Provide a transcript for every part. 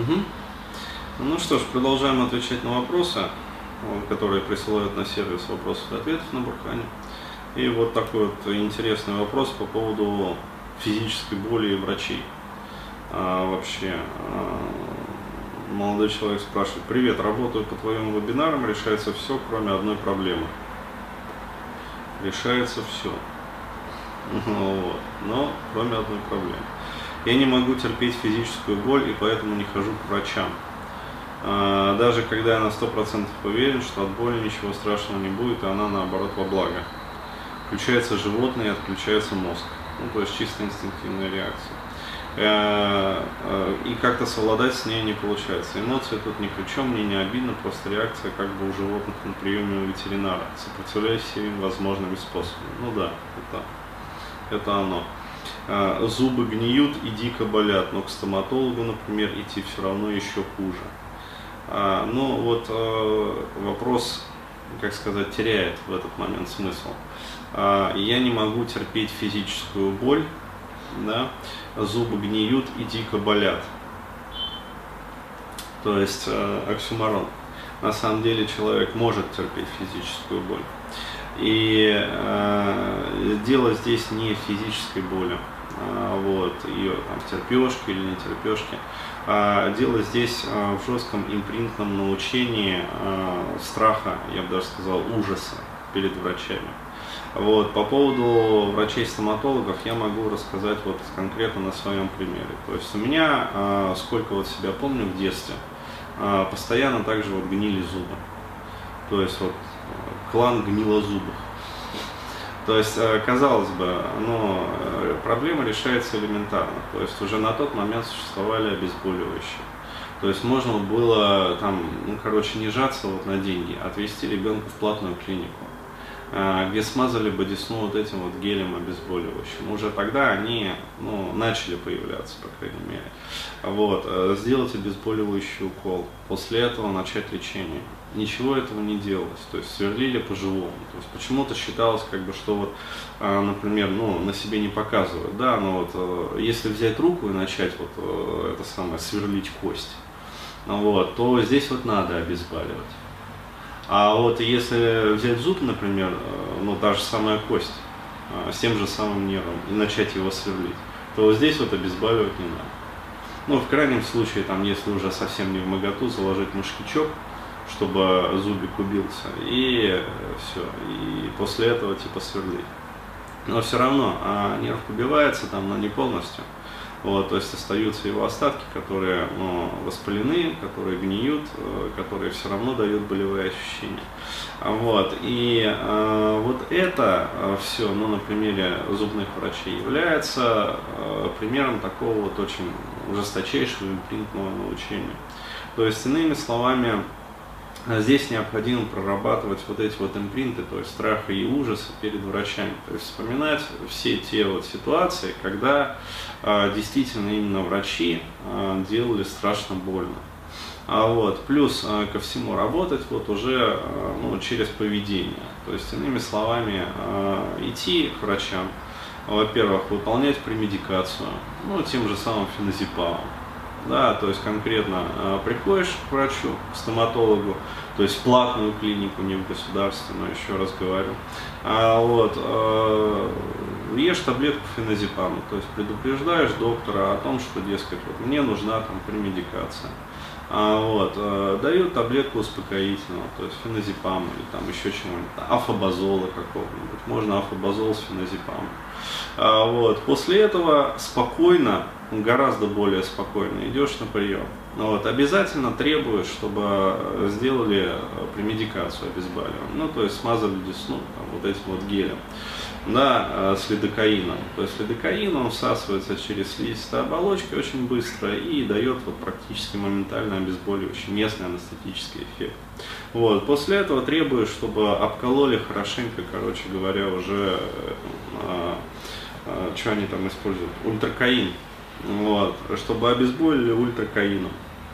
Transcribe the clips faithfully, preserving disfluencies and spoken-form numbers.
Мгм. Ну что ж, продолжаем отвечать на вопросы, вот, которые присылают на сервис вопросов и ответов на Бурхане. И вот такой вот интересный вопрос по поводу физической боли и врачей. А, вообще, а, молодой человек спрашивает: привет, работаю по твоим вебинарам, решается все, кроме одной проблемы. Решается все. Вот. Но кроме одной проблемы. Я не могу терпеть физическую боль и поэтому не хожу к врачам. А, даже когда я на сто процентов уверен, что от боли ничего страшного не будет, и она наоборот во благо. Включается животное и отключается мозг. Ну, то есть чисто инстинктивная реакция. И как-то совладать с ней не получается. Эмоции тут ни при чем, мне не обидно, просто реакция как бы у животных на приеме у ветеринара. Сопротивляюсь всеми возможными способами. Ну да, это, это оно. Зубы гниют и дико болят, но к стоматологу, например, идти все равно еще хуже. Ну вот вопрос, как сказать, теряет в этот момент смысл. Я не могу терпеть физическую боль, да? Зубы гниют и дико болят. То есть оксюморон. На самом деле человек может терпеть физическую боль. И э, дело здесь не в физической боли, а, вот, ее там терпешки или не терпешки. А, дело здесь а, в жестком импринтном научении а, страха, я бы даже сказал, ужаса перед врачами. Вот, по поводу врачей-стоматологов я могу рассказать вот конкретно на своем примере. То есть у меня, а, сколько вот себя помню в детстве, а, постоянно также вот гнили зубы. То есть вот клан гнилозубых. То есть, казалось бы, но проблема решается элементарно. То есть уже на тот момент существовали обезболивающие. То есть можно было там, ну короче, не жаться вот на деньги, а отвезти ребенка в платную клинику, где смазали бы десну вот этим вот гелем обезболивающим. Уже тогда они, ну, начали появляться, по крайней мере. Вот, сделать обезболивающий укол, после этого начать лечение. Ничего этого не делалось, то есть сверлили по-живому. То есть почему-то считалось, как бы, что вот, например, ну, на себе не показывают, да, но вот если взять руку и начать вот это самое сверлить кость, вот, то здесь вот надо обезболивать. А вот если взять зуб, например, ну та же самая кость с тем же самым нервом и начать его сверлить, то здесь вот обезболивать не надо. Ну, в крайнем случае, там, если уже совсем не в моготу, заложить мушкичок, чтобы зубик убился, и все, и после этого типа сверлить. Но все равно а нерв убивается там, но не полностью. Вот, то есть остаются его остатки, которые, ну, воспалены, которые гниют, которые все равно дают болевые ощущения. Вот, и э, вот это все, ну, на примере зубных врачей является э, примером такого вот очень жесточайшего импринтного научения. То есть, иными словами, здесь необходимо прорабатывать вот эти вот импринты, то есть страха и ужаса перед врачами. То есть вспоминать все те вот ситуации, когда э, действительно именно врачи э, делали страшно больно. А вот, плюс э, ко всему работать вот уже э, ну, через поведение. То есть, иными словами, э, идти к врачам, во-первых, выполнять премедикацию, ну, тем же самым феназепамом. Да, то есть конкретно э, приходишь к врачу, к стоматологу, то есть в платную клинику, не в государственную, еще раз говорю, а, вот, э, ешь таблетку феназепама, то есть предупреждаешь доктора о том, что, дескать, вот, мне нужна там премедикация. А, вот, э, дают таблетку успокоительного, то есть феназепам или там еще чего-нибудь, афобазола какого-нибудь, можно афобазол с феназепамом. А, вот, после этого спокойно, гораздо более спокойно идешь на прием. Вот, обязательно требуешь, чтобы сделали премедикацию обезболиваемую, ну, то есть смазали десну там, вот этим вот гелем, да, с лидокаином. То есть лидокаин, он всасывается через слизистую оболочку очень быстро и дает вот практически моментально обезболивающий местный анестетический эффект. Вот, после этого требуешь, чтобы обкололи хорошенько, короче говоря, уже, а, а, что они там используют, ультракаин. Вот, чтобы обезболили ультракаином.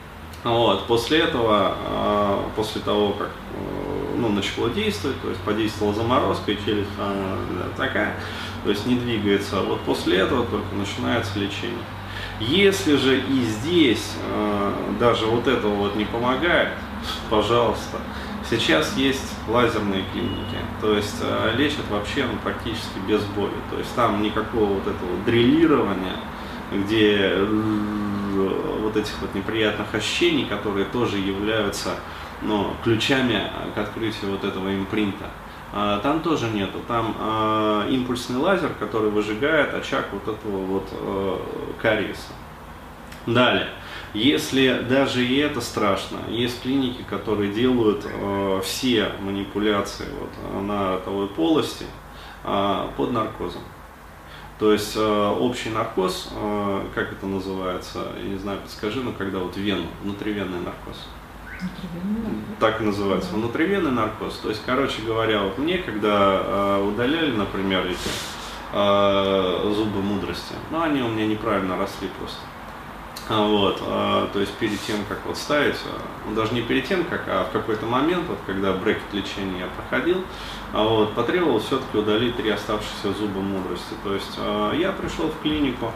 Вот, после этого, после того, как, ну, начало действовать, то есть подействовала заморозка, и челюсть такая, то есть не двигается, вот после этого только начинается лечение. Если же и здесь э, даже вот этого вот не помогает, пожалуйста, сейчас есть лазерные клиники, то есть э, лечат вообще ну, практически без боли, то есть там никакого вот этого дрелирования, где вот этих вот неприятных ощущений, которые тоже являются ну, ключами к открытию вот этого импринта. Там тоже нету, там э, импульсный лазер, который выжигает очаг вот этого вот э, кариеса. Далее, если даже и это страшно, есть клиники, которые делают э, все манипуляции вот, на ротовой полости э, под наркозом. То есть э, общий наркоз, э, как это называется, я не знаю, подскажи, но когда вот вену, внутривенный наркоз. Так и называется, да. Внутривенный наркоз. То есть, короче говоря, вот мне, когда э, удаляли, например, эти э, зубы мудрости, ну, они у меня неправильно росли просто. Вот, э, то есть, перед тем, как вот ставить, ну, даже не перед тем, как, а в какой-то момент, вот, когда брекет лечения я проходил, вот, потребовалось все-таки удалить три оставшихся зуба мудрости. То есть, э, я пришел в клинику,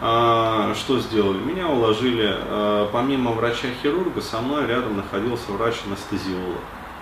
э, что сделали? Меня уложили, э, помимо врача-хирурга, со мной рядом находился врач-анестезиолог.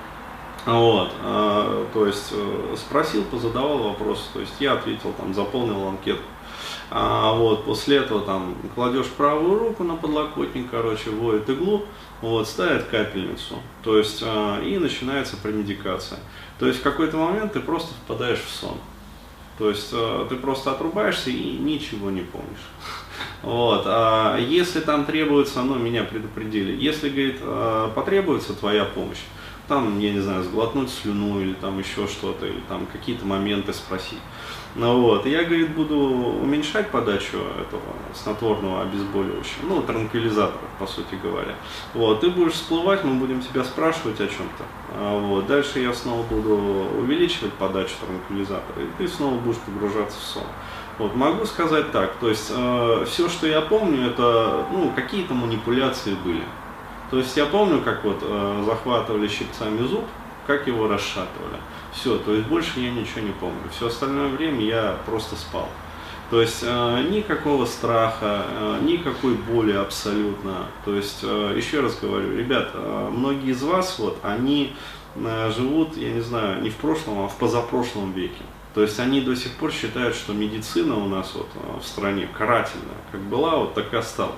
Вот, э, то есть, э, спросил, позадавал вопросы, то есть, я ответил, там, заполнил анкету. А, вот, после этого там кладешь правую руку на подлокотник, короче, вводит иглу, вот, ставит капельницу, то есть, а, и начинается премедикация. То есть в какой-то момент ты просто впадаешь в сон. То есть а, ты просто отрубаешься и ничего не помнишь. Вот, а если там требуется, ну, меня предупредили, если, говорит, а, потребуется твоя помощь, там, я не знаю, сглотнуть слюну или там еще что-то, или там какие-то моменты спросить. Ну вот, я, говорит, буду уменьшать подачу этого снотворного обезболивающего, ну, транквилизаторов, по сути говоря. Вот, ты будешь всплывать, мы будем тебя спрашивать о чем-то. Вот, дальше я снова буду увеличивать подачу транквилизатора, и ты снова будешь погружаться в сон. Вот, могу сказать так, то есть, э, все, что я помню, это, ну, какие-то манипуляции были. То есть, я помню, как вот э, захватывали щипцами зуб, как его расшатывали. Все, то есть больше я ничего не помню. Все остальное время я просто спал. То есть э, никакого страха, э, никакой боли абсолютно. То есть, э, еще раз говорю, ребят, э, многие из вас, вот, они э, живут, я не знаю, не в прошлом, а в позапрошлом веке. То есть они до сих пор считают, что медицина у нас вот в стране карательная. Как была, вот так и осталась.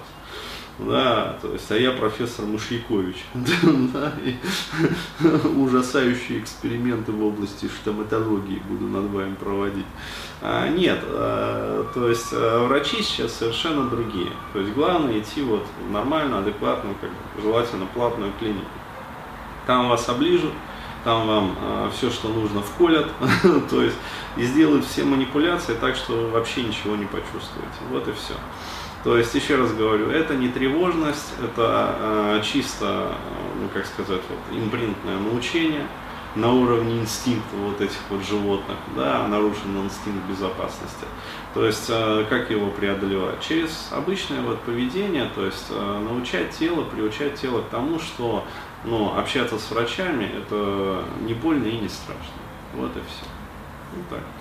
Да, то есть, а я профессор Мышьякович, да, и ужасающие эксперименты в области стоматологии буду над вами проводить. А, нет, а, то есть а, врачи сейчас совершенно другие. То есть главное идти вот в нормальную, адекватную, как бы, желательно платную клинику. Там вас оближут, там вам а, все, что нужно, вколят, то есть и сделают все манипуляции так, что вы вообще ничего не почувствуете. Вот и все. То есть, еще раз говорю, это не тревожность, это э, чисто, ну как сказать, вот, импринтное научение на уровне инстинкта вот этих вот животных, да, нарушен инстинкт безопасности. То есть, э, как его преодолевать? Через обычное вот поведение, то есть, э, научать тело, приучать тело к тому, что, ну, общаться с врачами, это не больно и не страшно. Вот и все. Вот так.